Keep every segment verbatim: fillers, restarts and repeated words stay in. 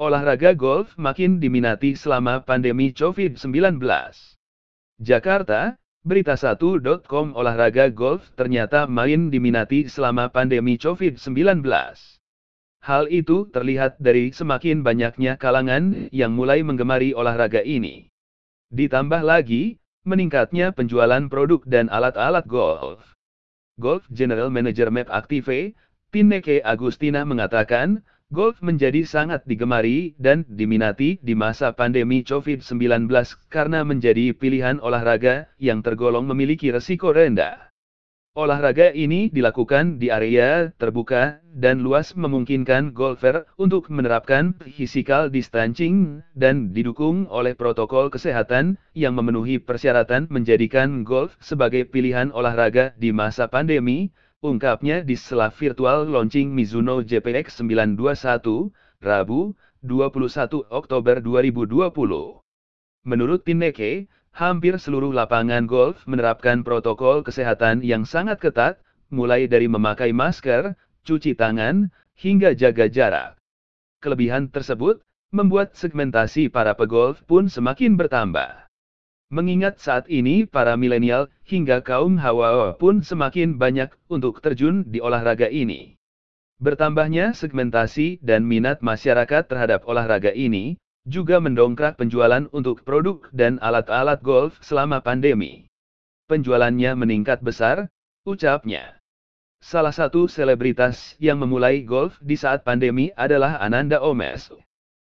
Olahraga golf makin diminati selama pandemi covid sembilan belas. Jakarta, berita satu titik com. Olahraga golf ternyata makin diminati selama pandemi covid sembilan belas. Hal itu terlihat dari semakin banyaknya kalangan yang mulai menggemari olahraga ini. Ditambah lagi, meningkatnya penjualan produk dan alat-alat golf. Golf General Manager Map Active, Tineke Agustina mengatakan, golf menjadi sangat digemari dan diminati di masa pandemi covid sembilan belas karena menjadi pilihan olahraga yang tergolong memiliki resiko rendah. Olahraga ini dilakukan di area terbuka dan luas memungkinkan golfer untuk menerapkan physical distancing dan didukung oleh protokol kesehatan yang memenuhi persyaratan menjadikan golf sebagai pilihan olahraga di masa pandemi, ungkapnya di sela virtual launching Mizuno J P X sembilan dua satu, Rabu, dua puluh satu Oktober dua ribu dua puluh. Menurut Tineke, hampir seluruh lapangan golf menerapkan protokol kesehatan yang sangat ketat, mulai dari memakai masker, cuci tangan, hingga jaga jarak. Kelebihan tersebut membuat segmentasi para pegolf pun semakin bertambah. Mengingat saat ini para milenial hingga kaum hawa pun semakin banyak untuk terjun di olahraga ini. Bertambahnya segmentasi dan minat masyarakat terhadap olahraga ini juga mendongkrak penjualan untuk produk dan alat-alat golf selama pandemi. Penjualannya meningkat besar, ucapnya. Salah satu selebritas yang memulai golf di saat pandemi adalah Ananda Omes.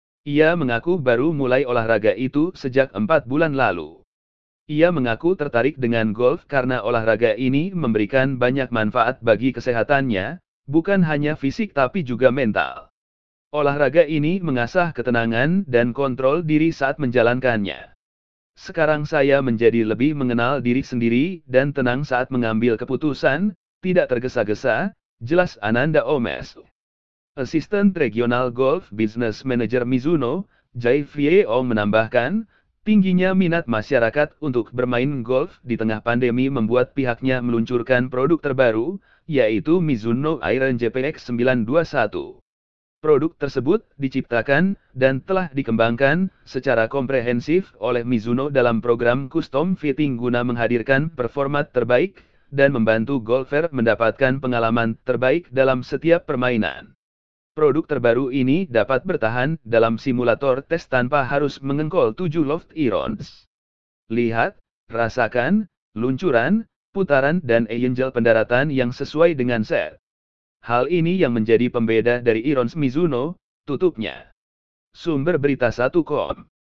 Ia mengaku baru mulai olahraga itu sejak empat bulan lalu. Ia mengaku tertarik dengan golf karena olahraga ini memberikan banyak manfaat bagi kesehatannya, bukan hanya fisik tapi juga mental. Olahraga ini mengasah ketenangan dan kontrol diri saat menjalankannya. Sekarang saya menjadi lebih mengenal diri sendiri dan tenang saat mengambil keputusan, tidak tergesa-gesa, jelas Ananda Omes. Asisten Regional Golf Business Manager Mizuno, Jai Ong menambahkan, tingginya minat masyarakat untuk bermain golf di tengah pandemi membuat pihaknya meluncurkan produk terbaru, yaitu Mizuno Iron J P X sembilan dua satu. Produk tersebut diciptakan dan telah dikembangkan secara komprehensif oleh Mizuno dalam program custom fitting guna menghadirkan performa terbaik dan membantu golfer mendapatkan pengalaman terbaik dalam setiap permainan. Produk terbaru ini dapat bertahan dalam simulator tes tanpa harus mengengkol tujuh loft irons. Lihat, rasakan, luncuran, putaran dan angel pendaratan yang sesuai dengan set. Hal ini yang menjadi pembeda dari irons Mizuno, tutupnya. Sumber berita satu titik com